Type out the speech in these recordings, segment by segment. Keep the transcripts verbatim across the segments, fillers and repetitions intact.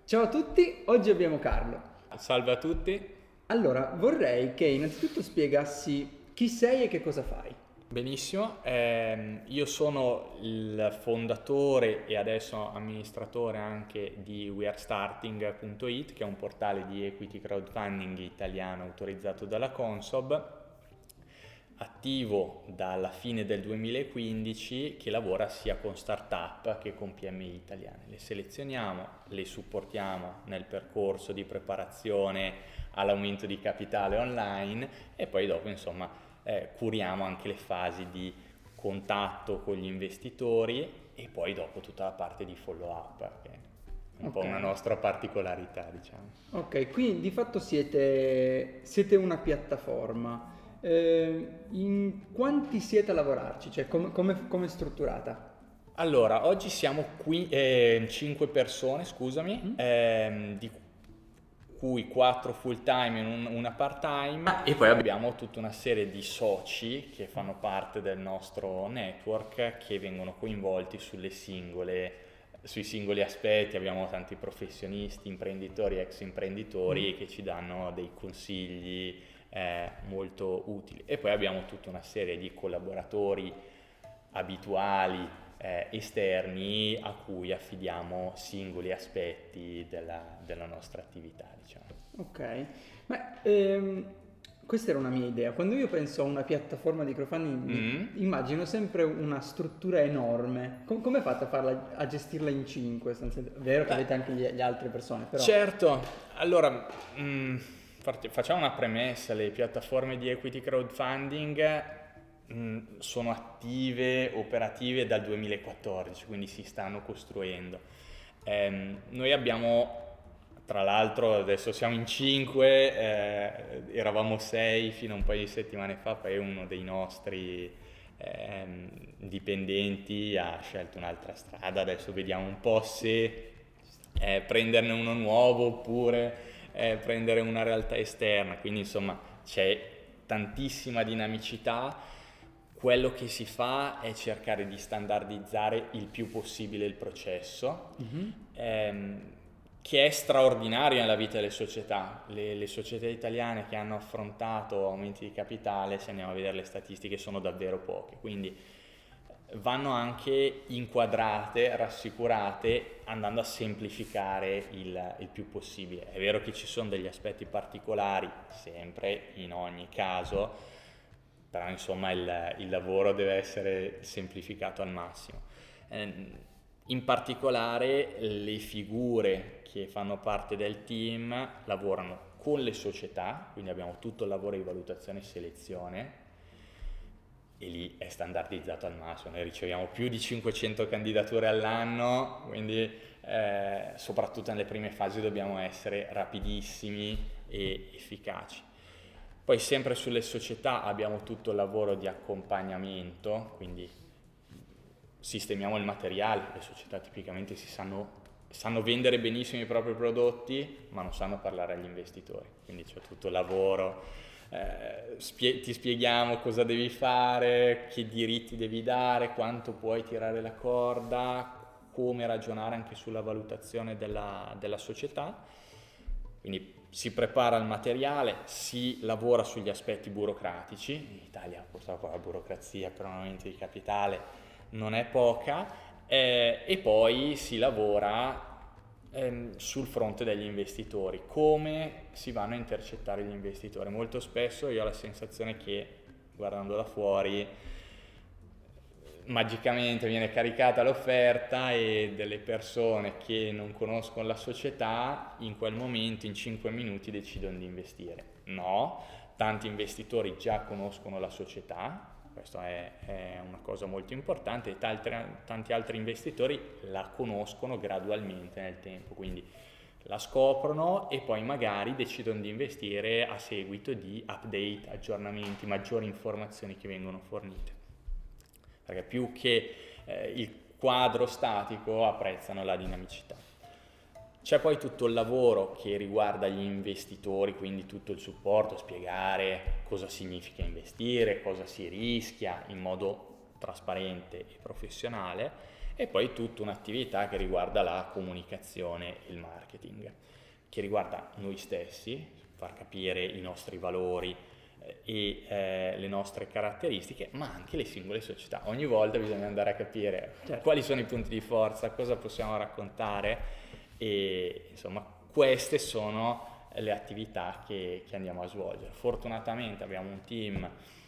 Ciao a tutti, oggi abbiamo Carlo. Salve a tutti. Allora, vorrei che innanzitutto spiegassi chi sei e che cosa fai. Benissimo, ehm, io sono il fondatore e adesso amministratore anche di we are starting punto it, che è un portale di equity crowdfunding italiano autorizzato dalla Consob, attivo dalla fine del duemilaquindici, che lavora sia con startup che con P M I italiane. Le selezioniamo, le supportiamo nel percorso di preparazione all'aumento di capitale online e poi dopo insomma eh, curiamo anche le fasi di contatto con gli investitori e poi dopo tutta la parte di follow up, che è un Ok. po' una nostra particolarità, diciamo. Ok, quindi di fatto siete, siete una piattaforma. Eh, in quanti siete a lavorarci? Cioè, com- come come è strutturata? Allora, oggi siamo qui eh, cinque persone, scusami, Mm? ehm, di cui quattro full time e un- una part time, e poi abbiamo tutta una serie di soci che fanno parte del nostro network che vengono coinvolti sulle singole, sui singoli aspetti. Abbiamo tanti professionisti, imprenditori, ex imprenditori che ci danno dei consigli eh, molto utili, e poi abbiamo tutta una serie di collaboratori abituali eh, esterni a cui affidiamo singoli aspetti della, della nostra attività, diciamo. Ok, ma ehm, questa era una mia idea. Quando io penso a una piattaforma di crowdfunding, Mm. mi immagino sempre una struttura enorme. Com- come fate a farla, a gestirla in cinque? sostanzialmente? È vero che Beh, avete anche gli- le altre persone, però. certo, allora mh, farti- facciamo una premessa: le piattaforme di equity crowdfunding mh, sono attive, operative dal duemilaquattordici, quindi si stanno costruendo. Ehm, noi abbiamo, tra l'altro adesso siamo in cinque, eh, eravamo sei fino a un paio di settimane fa, poi uno dei nostri ehm, dipendenti ha scelto un'altra strada, adesso vediamo un po' se eh, prenderne uno nuovo oppure eh, prendere una realtà esterna, quindi insomma c'è tantissima dinamicità. Quello che si fa è cercare di standardizzare il più possibile il processo, Mhm. ehm, che è straordinario nella vita delle società. Le, le società italiane che hanno affrontato aumenti di capitale, se andiamo a vedere le statistiche, sono davvero poche, quindi vanno anche inquadrate, rassicurate, andando a semplificare il, il più possibile. È vero che ci sono degli aspetti particolari, sempre, in ogni caso, però insomma il, il lavoro deve essere semplificato al massimo. Eh, in particolare le figure che fanno parte del team lavorano con le società, quindi abbiamo tutto il lavoro di valutazione e selezione, e lì è standardizzato al massimo. Noi riceviamo più di cinquecento candidature all'anno, quindi eh, soprattutto nelle prime fasi dobbiamo essere rapidissimi e efficaci. Poi sempre sulle società abbiamo tutto il lavoro di accompagnamento, quindi sistemiamo il materiale. Le società tipicamente si sanno, sanno vendere benissimo i propri prodotti, ma non sanno parlare agli investitori, quindi c'è tutto il lavoro, eh, spie- ti spieghiamo cosa devi fare, che diritti devi dare, quanto puoi tirare la corda, come ragionare anche sulla valutazione della, della società. Quindi si prepara il materiale, si lavora sugli aspetti burocratici. In Italia purtroppo la burocrazia per un aumento di capitale non è poca, eh, e poi si lavora ehm, sul fronte degli investitori, come si vanno a intercettare gli investitori. Molto spesso io ho la sensazione che, guardando da fuori, magicamente viene caricata l'offerta e delle persone che non conoscono la società in quel momento, in cinque minuti, decidono di investire. No, tanti investitori già conoscono la società, questo è, è una cosa molto importante, e tanti, tanti altri investitori la conoscono gradualmente nel tempo, quindi la scoprono e poi magari decidono di investire a seguito di update, aggiornamenti, maggiori informazioni che vengono fornite. Perché più che eh, il quadro statico apprezzano la dinamicità. C'è poi tutto il lavoro che riguarda gli investitori, quindi tutto il supporto, spiegare cosa significa investire, cosa si rischia in modo trasparente e professionale, e poi tutta un'attività che riguarda la comunicazione e il marketing, che riguarda noi stessi, far capire i nostri valori e eh, le nostre caratteristiche, ma anche le singole società. Ogni volta bisogna andare a capire certo. quali sono i punti di forza, cosa possiamo raccontare, e insomma queste sono le attività che, che andiamo a svolgere. Fortunatamente abbiamo un team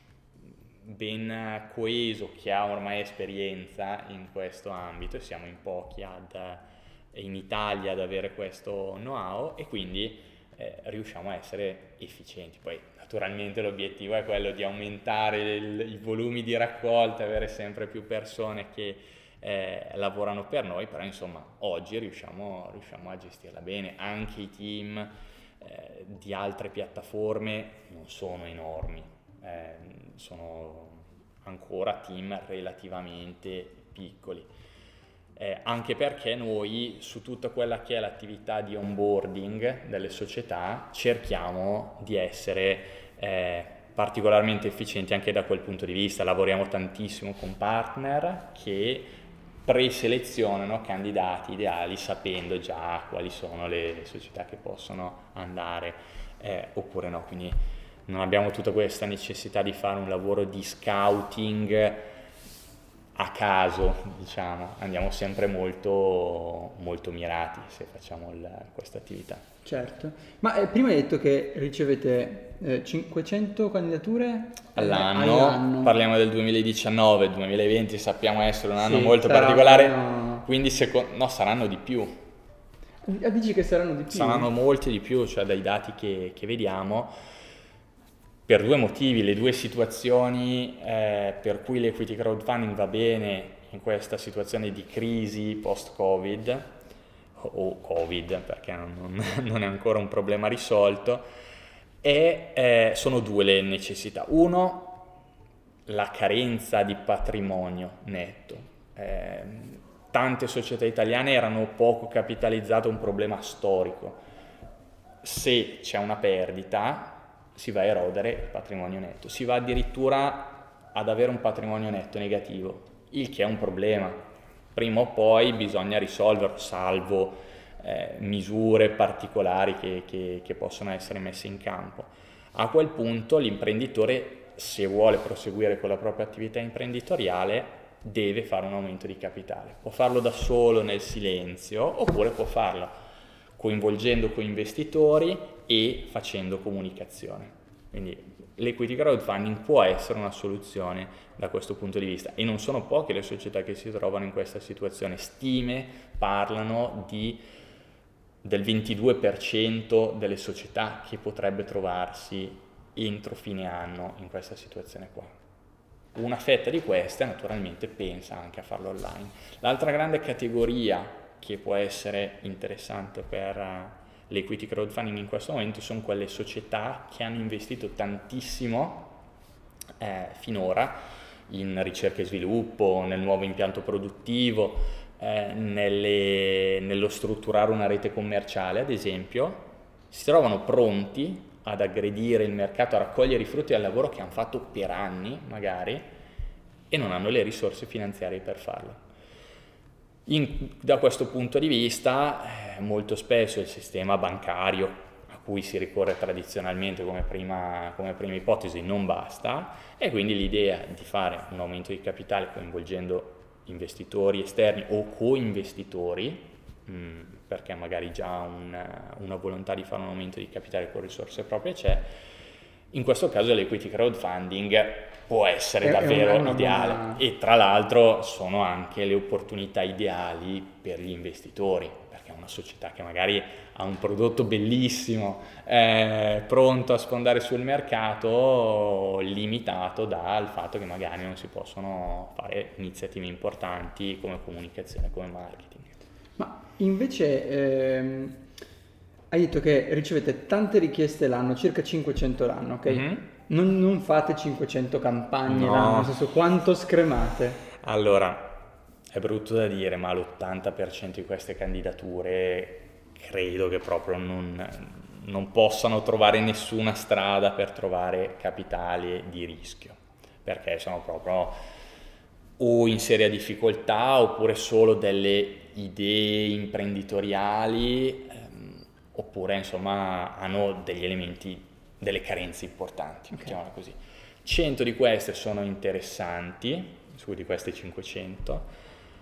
ben coeso che ha ormai esperienza in questo ambito, e siamo in pochi ad, in Italia ad avere questo know-how, e quindi eh, riusciamo a essere efficienti. Poi naturalmente l'obiettivo è quello di aumentare il, i volumi di raccolta, avere sempre più persone che eh, lavorano per noi, però insomma oggi riusciamo, riusciamo a gestirla bene. Anche i team eh, di altre piattaforme non sono enormi, eh, sono ancora team relativamente piccoli. Eh, anche perché noi su tutta quella che è l'attività di onboarding delle società cerchiamo di essere eh, particolarmente efficienti anche da quel punto di vista. Lavoriamo tantissimo con partner che preselezionano candidati ideali sapendo già quali sono le società che possono andare eh, oppure no, quindi non abbiamo tutta questa necessità di fare un lavoro di scouting a caso, diciamo, andiamo sempre molto, molto mirati se facciamo questa attività. Certo, ma eh, prima hai detto che ricevete eh, cinquecento candidature all'anno, eh, all'anno, parliamo del duemiladiciannove, duemilaventi sappiamo essere un anno sì, molto saranno... particolare, quindi secondo, no, saranno di più. Ah, dici che saranno di più? Saranno molti di più, cioè dai dati che, che vediamo, per due motivi. Le due situazioni eh, per cui l'equity crowdfunding va bene in questa situazione di crisi post-Covid, o Covid perché non, non è ancora un problema risolto, e eh, sono due le necessità. Uno, la carenza di patrimonio netto. Eh, tante società italiane erano poco capitalizzate, un problema storico. Se c'è una perdita si va a erodere il patrimonio netto, si va addirittura ad avere un patrimonio netto negativo, il che è un problema. Prima o poi bisogna risolverlo, salvo eh, misure particolari che, che, che possono essere messe in campo. A quel punto l'imprenditore, se vuole proseguire con la propria attività imprenditoriale, deve fare un aumento di capitale. Può farlo da solo nel silenzio, oppure può farlo coinvolgendo coinvestitori e facendo comunicazione. Quindi l'equity crowdfunding può essere una soluzione da questo punto di vista, e non sono poche le società che si trovano in questa situazione. Stime parlano di, del ventidue per cento delle società che potrebbe trovarsi entro fine anno in questa situazione qua. Una fetta di queste naturalmente pensa anche a farlo online. L'altra grande categoria che può essere interessante per uh, l'equity crowdfunding in questo momento sono quelle società che hanno investito tantissimo eh, finora in ricerca e sviluppo, nel nuovo impianto produttivo, eh, nelle, nello strutturare una rete commerciale, ad esempio, si trovano pronti ad aggredire il mercato, a raccogliere i frutti del lavoro che hanno fatto per anni magari, e non hanno le risorse finanziarie per farlo. In, da questo punto di vista eh, molto spesso il sistema bancario a cui si ricorre tradizionalmente come prima, come prima ipotesi non basta, e quindi l'idea di fare un aumento di capitale coinvolgendo investitori esterni o co-investitori, mh, perché magari già una, una volontà di fare un aumento di capitale con risorse proprie c'è, in questo caso l'equity crowdfunding può essere è, davvero è una, ideale una... e tra l'altro sono anche le opportunità ideali per gli investitori, perché è una società che magari ha un prodotto bellissimo eh, pronto a sfondare sul mercato, limitato dal fatto che magari non si possono fare iniziative importanti come comunicazione, come marketing. Ma invece ehm, hai detto che ricevete tante richieste l'anno, circa cinquecento l'anno, ok? Mm-hmm. Non, non fate cinquecento campagne no. l'anno, nel senso, quanto scremate? Allora, è brutto da dire, ma l'ottanta per cento di queste candidature credo che proprio non, non possano trovare nessuna strada per trovare capitali di rischio, perché sono proprio o in seria difficoltà oppure solo delle idee imprenditoriali ehm, oppure insomma hanno degli elementi, delle carenze importanti, Okay. mettiamola così. cento di queste sono interessanti, su di queste cinquecento.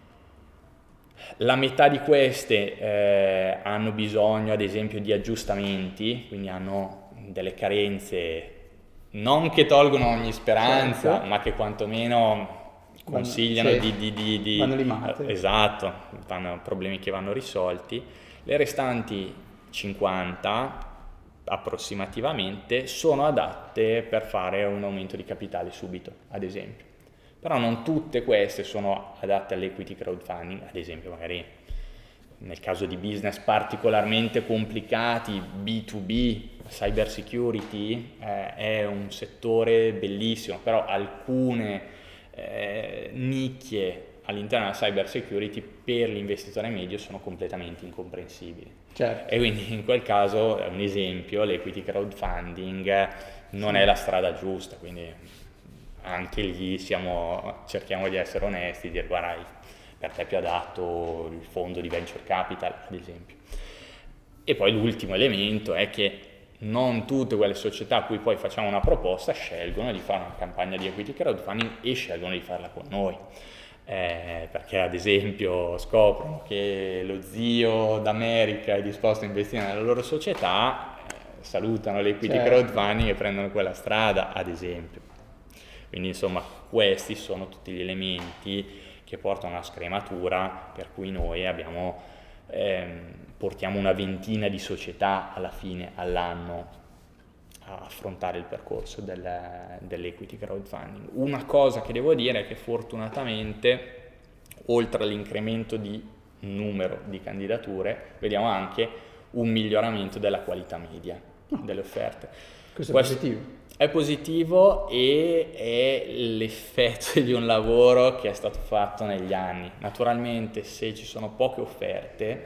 La metà di queste eh, hanno bisogno ad esempio di aggiustamenti, quindi hanno delle carenze non che tolgono ogni speranza, Certo. ma che quantomeno consigliano Vanno- di, sì, di, di, di- vanno limate. Esatto, vanno problemi che vanno risolti. Le restanti cinquanta approssimativamente sono adatte per fare un aumento di capitale subito, ad esempio. Però non tutte queste sono adatte all'equity crowdfunding, ad esempio magari nel caso di business particolarmente complicati, B due B, cyber security, eh, è un settore bellissimo, però alcune eh, nicchie all'interno della cyber security per l'investitore medio sono completamente incomprensibili. Certo. E quindi in quel caso è un esempio, l'equity crowdfunding non Sì. è la strada giusta, quindi anche lì siamo, cerchiamo di essere onesti, di dire guarda, per te è più adatto il fondo di venture capital, ad esempio. E poi l'ultimo elemento è che non tutte quelle società a cui poi facciamo una proposta scelgono di fare una campagna di equity crowdfunding e scelgono di farla con noi. Eh, perché ad esempio scoprono che lo zio d'America è disposto a investire nella loro società, eh, salutano l'equity Certo. crowdfunding e prendono quella strada, ad esempio. Quindi insomma questi sono tutti gli elementi che portano a una scrematura per cui noi abbiamo, ehm, portiamo una ventina di società alla fine all'anno a affrontare il percorso del, dell'equity crowdfunding. Una cosa che devo dire è che fortunatamente, oltre all'incremento di numero di candidature, vediamo anche un miglioramento della qualità media delle offerte. Questo è Questo positivo. È positivo e è l'effetto di un lavoro che è stato fatto negli anni. Naturalmente se ci sono poche offerte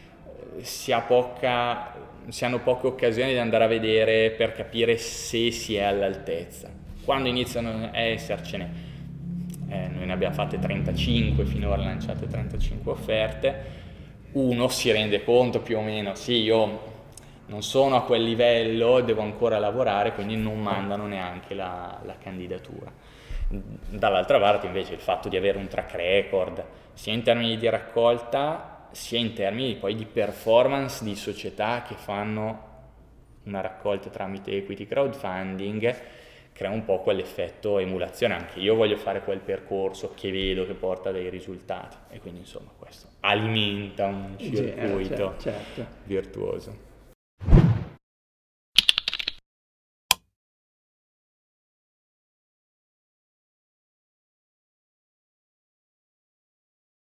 si ha poca, si hanno poche occasioni di andare a vedere per capire se si è all'altezza. Quando iniziano a essercene, eh, noi ne abbiamo fatte trentacinque, finora lanciate trentacinque offerte, uno si rende conto più o meno, sì, io non sono a quel livello, devo ancora lavorare, quindi non mandano neanche la, la candidatura. Dall'altra parte invece il fatto di avere un track record, sia in termini di raccolta, sia in termini poi di performance di società che fanno una raccolta tramite equity crowdfunding, crea un po' quell'effetto emulazione. Anche io voglio fare quel percorso che vedo che porta dei risultati e quindi insomma questo alimenta un circuito Certo, certo. virtuoso.